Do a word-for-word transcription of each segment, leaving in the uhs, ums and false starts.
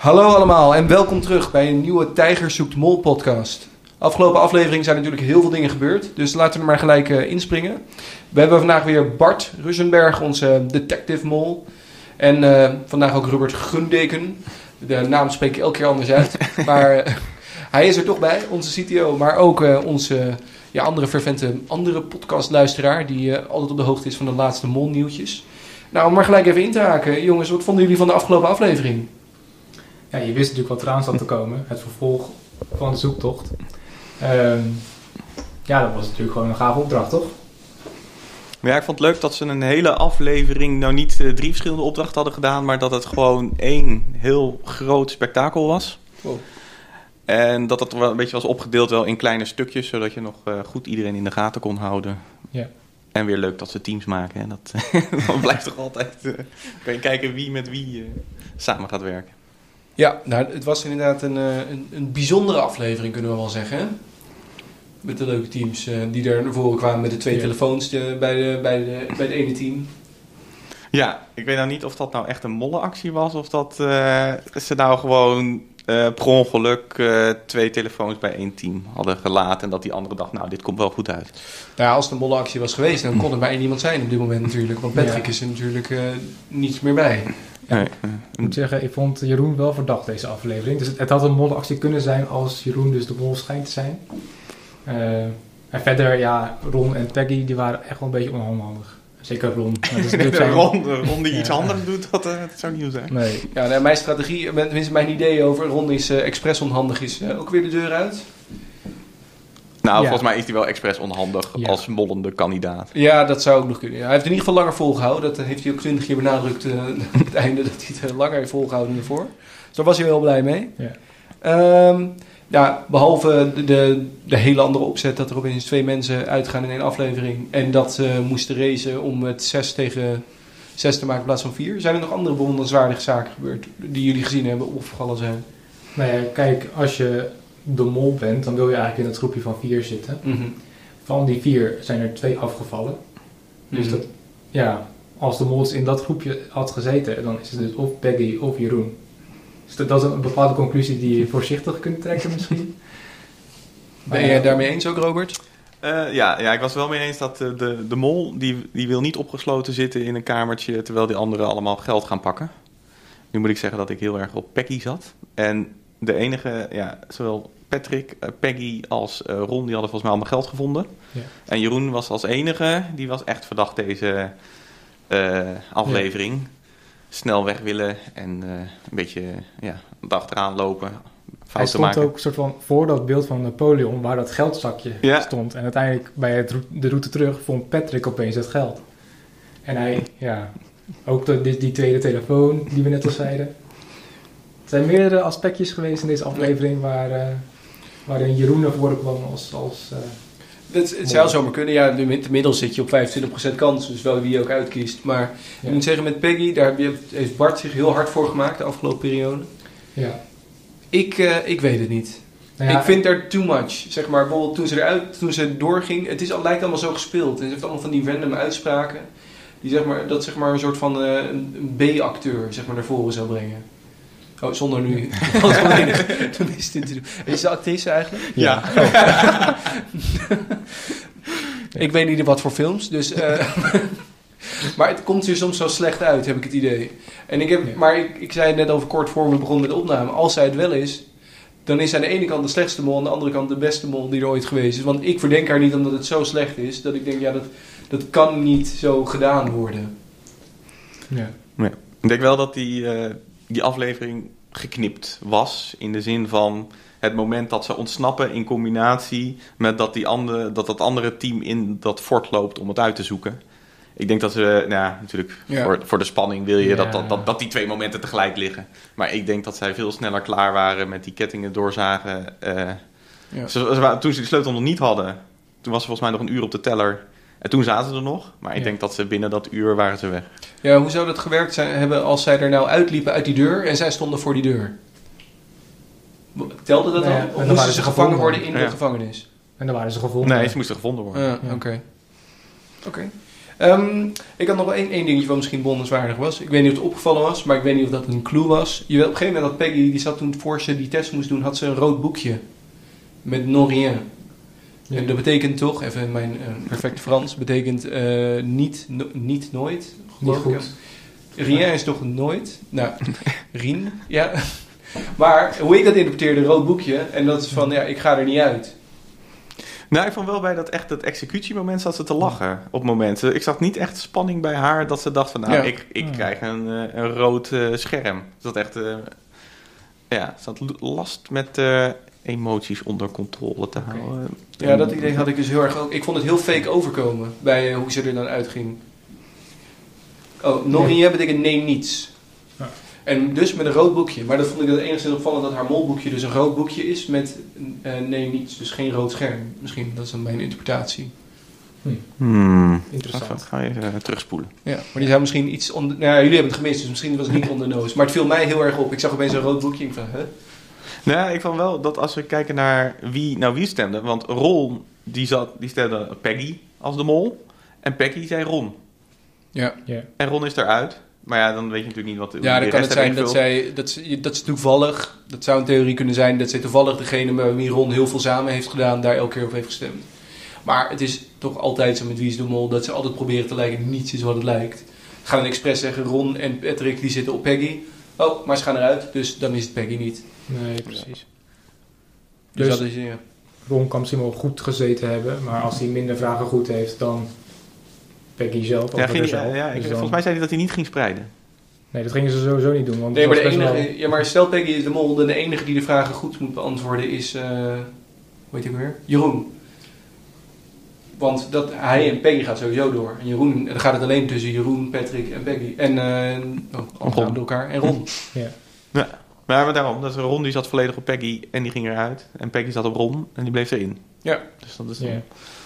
Hallo allemaal en welkom terug bij een nieuwe Tijger zoekt Mol podcast. Afgelopen aflevering zijn natuurlijk heel veel dingen gebeurd, dus laten we er maar gelijk uh, inspringen. We hebben vandaag weer Bart Russenberg, onze detective mol. En uh, vandaag ook Robert Gundeken. De naam spreek ik elke keer anders uit. Maar uh, hij is er toch bij, onze C T O. Maar ook uh, onze ja, andere fervente andere podcastluisteraar die uh, altijd op de hoogte is van de laatste molnieuwtjes. Nou, om maar gelijk even in te haken. Jongens, wat vonden jullie van de afgelopen aflevering? Ja, je wist natuurlijk wat eraan zat te komen. Het vervolg van de zoektocht. Um, ja, dat was natuurlijk gewoon een gave opdracht, toch? Ja, ik vond het leuk dat ze een hele aflevering nou niet uh, drie verschillende opdrachten hadden gedaan, maar dat het gewoon één heel groot spektakel was. Wow. En dat het wel een beetje was opgedeeld wel in kleine stukjes, zodat je nog uh, goed iedereen in de gaten kon houden. Ja. En weer leuk dat ze teams maken. Hè? Dat dan blijft toch altijd uh, kan je kijken wie met wie uh, samen gaat werken. Ja, nou, het was inderdaad een, een, een bijzondere aflevering, kunnen we wel zeggen. Hè? Met de leuke teams uh, die er naar voren kwamen met de twee ja. telefoons de, bij, de, bij, de, bij het ene team. Ja, ik weet nou niet of dat nou echt een mollenactie was of dat uh, ze nou gewoon uh, per ongeluk uh, twee telefoons bij één team hadden gelaten en dat die andere dacht, nou, dit komt wel goed uit. Nou ja, als het een mollenactie was geweest, dan kon er maar één iemand zijn op dit moment natuurlijk. Want Patrick ja. is er natuurlijk uh, niets meer bij. Ja, nee. Ik moet zeggen, ik vond Jeroen wel verdacht deze aflevering. Dus het, het had een mollenactie kunnen zijn als Jeroen dus de mol schijnt te zijn. Uh, en verder, ja, Ron en Peggy, die waren echt wel een beetje onhandig. Zeker Ron. Dus zijn... Ron, Ron die ja. iets anders doet, dat, uh, dat zou nieuw zijn. Nee. Ja, nou, mijn strategie, tenminste mijn idee over Ron is uh, expres onhandig, is uh, ook weer de deur uit. Nou, ja. volgens mij is hij wel expres onhandig ja. als mollende kandidaat. Ja, dat zou ook nog kunnen. Ja, hij heeft in ieder geval langer volgehouden. Dat heeft hij ook twintig keer benadrukt uh, aan het einde, dat hij het uh, langer heeft volgehouden dan ervoor. Dus daar was hij heel blij mee. Ja. Um, ja, behalve de, de, de hele andere opzet dat er opeens twee mensen uitgaan in één aflevering. En dat ze uh, moesten racen om het zes tegen zes te maken in plaats van vier. Zijn er nog andere bewonderenswaardige zaken gebeurd die jullie gezien hebben of opgevallen zijn? Nou ja, kijk, als je de mol bent, dan wil je eigenlijk in het groepje van vier zitten. Mm-hmm. Van die vier zijn er twee afgevallen. Mm-hmm. Dus dat, ja, als de mol in dat groepje had gezeten, dan is het dus of Peggy of Jeroen. Dus dat, dat is een bepaalde conclusie die je voorzichtig kunt trekken misschien. Ben je uh, daarmee eens ook, Robert? Uh, ja, ja, ik was het wel mee eens dat uh, de, de mol, die, die wil niet opgesloten zitten in een kamertje, terwijl die anderen allemaal geld gaan pakken. Nu moet ik zeggen dat ik heel erg op Peggy zat. En de enige, ja, zowel Patrick, uh, Peggy als uh, Ron, die hadden volgens mij allemaal geld gevonden. Ja. En Jeroen was als enige, die was echt verdacht deze uh, aflevering. Ja. Snel weg willen en uh, een beetje ja, achteraan lopen. Hij stond maken. ook soort van voor dat beeld van Napoleon waar dat geldzakje ja. stond. En uiteindelijk bij het, de route terug vond Patrick opeens het geld. En hij, ja, ook de, die, die tweede telefoon die we net al zeiden. Er zijn meerdere aspectjes geweest in deze aflevering waar, uh, waarin Jeroen naar voren kwam als... als uh, het, het zou zomaar kunnen. Ja, inmiddels zit je op vijfentwintig procent kans, dus wel wie je ook uitkiest. Maar ja. ik moet zeggen, met Peggy, daar heeft Bart zich heel hard voor gemaakt de afgelopen periode. Ja. Ik, uh, ik weet het niet. Nou ja, ik vind er too much. Zeg maar, bijvoorbeeld toen ze eruit, toen ze doorging, het is, het lijkt allemaal zo gespeeld. En ze heeft allemaal van die random uitspraken, die zeg maar, dat zeg maar een soort van uh, een B-acteur zeg maar, naar voren zou brengen. Oh, zonder nu als enige tenminste te doen. Is ze actrice eigenlijk? Ja. Oh. Ik weet niet wat voor films, dus... Uh, maar het komt hier soms zo slecht uit, heb ik het idee. En ik heb, ja. Maar ik, ik zei het net over kort voor we begonnen met de opname. Als zij het wel is, dan is zij aan de ene kant de slechtste mol... en aan de andere kant de beste mol die er ooit geweest is. Want ik verdenk haar niet omdat het zo slecht is... dat ik denk, ja, dat, dat kan niet zo gedaan worden. Ja. Ja. Ik denk wel dat die... Uh... die aflevering geknipt was. In de zin van het moment dat ze ontsnappen in combinatie met dat, die andere, dat dat andere team in dat fort loopt om het uit te zoeken. Ik denk dat ze, nou natuurlijk, ja. voor, voor de spanning wil je ja. dat, dat, dat, dat die twee momenten tegelijk liggen. Maar ik denk dat zij veel sneller klaar waren met die kettingen doorzagen. Uh, ja. ze, ze, toen ze die sleutel nog niet hadden, toen was er volgens mij nog een uur op de teller. En toen zaten ze er nog, maar ik ja. denk dat ze binnen dat uur waren ze weg. Ja, hoe zou dat gewerkt zijn, hebben als zij er nou uitliepen uit die deur en zij stonden voor die deur? Telde dat nee, dan? Of dan moesten ze gevangen worden in ja. de gevangenis? En dan waren ze gevonden. Nee, ze moesten gevonden worden. Ja, Oké. Okay. Okay. Um, ik had nog wel één, één dingetje wat misschien bonuswaardig was. Ik weet niet of het opgevallen was, maar ik weet niet of dat een clue was. Je, op een gegeven moment had Peggy, die zat toen voor ze die test moest doen, had ze een rood boekje. Met non rien. Ja. En dat betekent toch, even mijn uh, perfecte Frans, betekent uh, niet, no, niet nooit. Niet goed. Rien is toch nooit? Nou, rien, ja. Maar hoe ik dat interpreteerde, een rood boekje. En dat is van, ja, ik ga er niet uit. Nou, ik vond wel bij dat echt het executiemoment zat ze te lachen op momenten. Ik zag niet echt spanning bij haar dat ze dacht van, nou, ja. ik, ik ja. krijg een, een rood uh, scherm. Ze had echt, uh, ja, ze had last met uh, emoties onder controle te okay. houden. Ja, dat idee had ik dus heel erg ook. Ik vond het heel fake overkomen bij uh, hoe ze er dan uitging. Oh, non rien betekent nee niets. Ja. En dus met een rood boekje. Maar dat vond ik het enigszins opvallend dat haar molboekje dus een rood boekje is met uh, nee niets. Dus geen rood scherm. Misschien, dat is dan mijn interpretatie. Hm. Hmm. Interessant. Ga je even uh, terugspoelen. Ja, maar die zou misschien iets onder... Nou ja, jullie hebben het gemist, dus misschien was het niet onder noos. Maar het viel mij heel erg op. Ik zag opeens een rood boekje en ik van, huh? Nou, ik vond wel dat als we kijken naar wie nou wie stemde. Want Ron, die, zat, die stemde Peggy als de mol. En Peggy zei Ron. Ja. Yeah. En Ron is eruit. Maar ja, dan weet je natuurlijk niet wat... Ja, dan kan het zijn dat zij... Dat ze, dat ze toevallig... Dat zou een theorie kunnen zijn dat zij toevallig degene met wie Ron heel veel samen heeft gedaan, daar elke keer op heeft gestemd. Maar het is toch altijd zo met Wie is de Mol dat ze altijd proberen te lijken. Niets is wat het lijkt. Ze gaan dan expres zeggen, Ron en Patrick die zitten op Peggy. Oh, maar ze gaan eruit, dus dan is het Peggy niet. Nee, precies. Dus, dus dat is, ja. Ron kan misschien wel goed gezeten hebben, maar als hij minder vragen goed heeft dan Peggy zelf. Ja, ging, zelf. ja ik, dus dan... Volgens mij zei hij dat hij niet ging spreiden. Nee, dat gingen ze sowieso niet doen. Want nee, maar, de enige, wel... ja, maar stel Peggy is de mol, dan de enige die de vragen goed moet beantwoorden is, uh, hoe heet hij weer? Jeroen. Want dat, hij en Peggy gaat sowieso door. En Jeroen, dan gaat het alleen tussen Jeroen, Patrick en Peggy. En, uh, oh, Ron. door elkaar. En Ron. Ja. ja. Maar daarom, dat is Ron die zat volledig op Peggy en die ging eruit. En Peggy zat op Ron en die bleef erin. Ja. Dus dat is dan... Ja.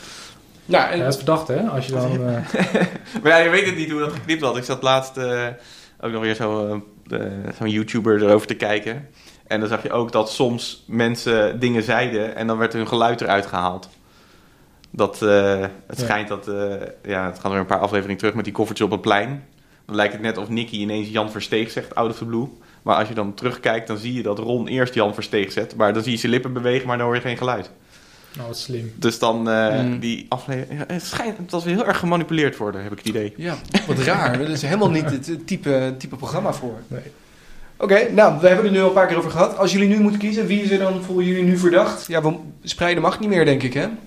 Nou, en... ja, dat is verdacht, hè? Als je dan... Uh... maar ja, je weet het niet hoe dat geknipt had. Ik zat laatst uh, ook nog weer zo, uh, zo'n YouTuber erover te kijken. En dan zag je ook dat soms mensen dingen zeiden en dan werd hun geluid eruit gehaald. Dat, uh, het schijnt ja. dat, uh, ja, het gaat weer een paar afleveringen terug met die koffertje op het plein. Dan lijkt het net of Nicky ineens Jan Versteeg zegt, out of the blue. Maar als je dan terugkijkt, dan zie je dat Ron eerst Jan Versteeg zet. Maar dan zie je zijn lippen bewegen, maar dan hoor je geen geluid. Nou, wat slim. Dus dan uh, mm. die aflevering... Ja, het schijnt dat we heel erg gemanipuleerd worden, heb ik het idee. Ja, wat raar. Dat is helemaal niet het type, type programma voor. Nee. Oké, okay, nou, we hebben het nu al een paar keer over gehad. Als jullie nu moeten kiezen, wie is er dan voor jullie nu verdacht? Ja, we spreiden mag niet meer, denk ik, hè?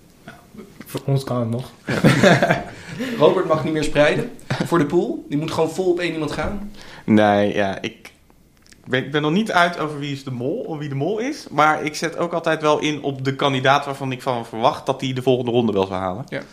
Voor ons kan het nog. Ja. Robert mag niet meer spreiden voor de pool. Die moet gewoon vol op één iemand gaan. Nee, ja, ik ben, ik ben nog niet uit over wie is de mol of wie de mol is. Maar ik zet ook altijd wel in op de kandidaat waarvan ik van verwacht dat hij de volgende ronde wel zou halen. Ja.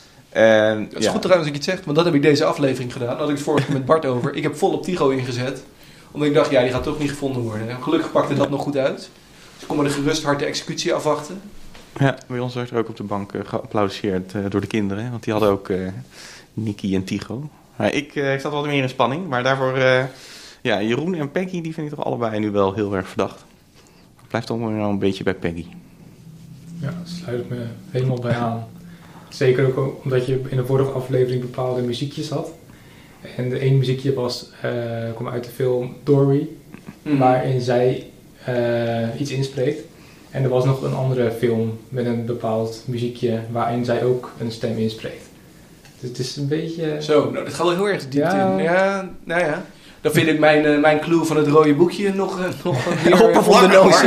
En, dat is ja. goed trouwens dat je het zegt, want dat heb ik deze aflevering gedaan. Dat had ik het vorige keer met Bart over. Ik heb vol op Tigo ingezet. Omdat ik dacht, ja, die gaat toch niet gevonden worden. En gelukkig pakte dat nog goed uit. Dus ik kon maar de gerust hard de executie afwachten. Ja, bij ons werd er ook op de bank uh, geapplaudiseerd uh, door de kinderen. Want die hadden ook uh, Nicky en Tigo. Maar ik, uh, ik zat wel meer in spanning. Maar daarvoor, uh, ja, Jeroen en Peggy, die vind ik toch allebei nu wel heel erg verdacht. Blijft toch wel een beetje bij Peggy. Ja, daar sluit ik me helemaal bij aan. Zeker ook omdat je in de vorige aflevering bepaalde muziekjes had. En de ene muziekje was, uh, kwam uit de film Dory. Mm. Waarin zij uh, iets inspreekt. En er was nog een andere film met een bepaald muziekje waarin zij ook een stem inspreekt. Dus het is een beetje... Zo, nou, dat gaat wel heel erg diep ja. in. Ja, nou ja. Dan vind ik mijn, uh, mijn clue van het rode boekje nog, uh, nog meer op de noos.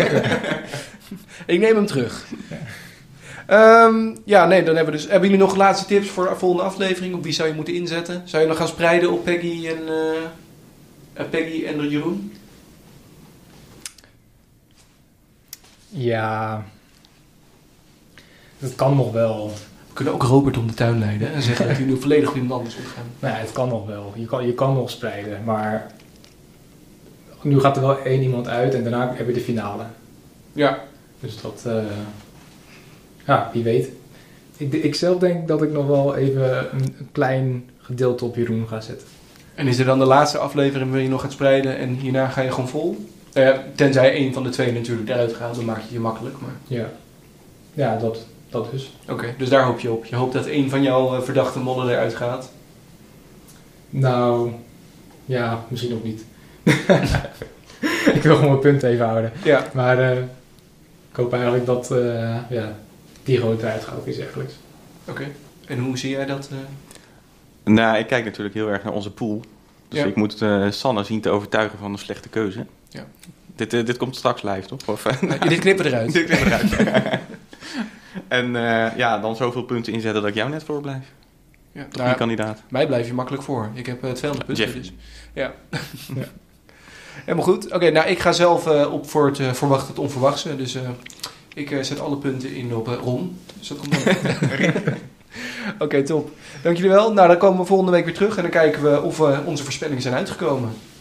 Ik neem hem terug. Ja. Um, ja, nee, dan hebben we dus... Hebben jullie nog laatste tips voor de volgende aflevering? Op wie zou je moeten inzetten? Zou je nog gaan spreiden op Peggy en, uh, Peggy en Jeroen? Ja, dat kan nog wel. We kunnen ook Robert om de tuin leiden en zeggen dat hij nu volledig op iemand anders moet gaan. Nou ja, het kan nog wel. Je kan, je kan nog spreiden, maar nu gaat er wel één iemand uit en daarna heb je de finale. Ja. Dus dat, uh, ja, wie weet. Ik, ik zelf denk dat ik nog wel even een, een klein gedeelte op Jeroen ga zetten. En is er dan de laatste aflevering waar je nog gaat spreiden en hierna ga je gewoon vol? Uh, tenzij één van de twee natuurlijk eruit gaat, dan maak je je makkelijk. Maar... Ja. Ja, dat, dat dus. Oké, okay, dus daar hoop je op. Je hoopt dat een van jouw uh, verdachte modden eruit gaat? Nou, ja, misschien ook niet. Ik wil gewoon mijn punt even houden. Ja. Maar uh, ik hoop eigenlijk dat uh, ja, die gewoon eruit gaat of iets dergelijks. Oké, okay. En hoe zie jij dat? Uh... Nou, ik kijk natuurlijk heel erg naar onze pool. Dus ja. ik moet uh, Sanne zien te overtuigen van een slechte keuze. Ja. Dit, uh, dit komt straks live, toch? Of, uh, ja, dit knippen eruit. dit knippen eruit. En uh, ja, dan zoveel punten inzetten dat ik jou net voor blijf. Ja, Toch nou, die kandidaat. Mij blijf je makkelijk voor. Ik heb uh, tweehonderd punten. Jeff. Dus. Ja. ja. Helemaal goed. Oké, okay, nou ik ga zelf uh, op voor het uh, verwachten het onverwachte. Dus uh, ik uh, zet alle punten in op uh, Ron. Dus dat komt dan. Oké, okay, top. Dank jullie wel. Nou, dan komen we volgende week weer terug en dan kijken we of uh, onze voorspellingen zijn uitgekomen.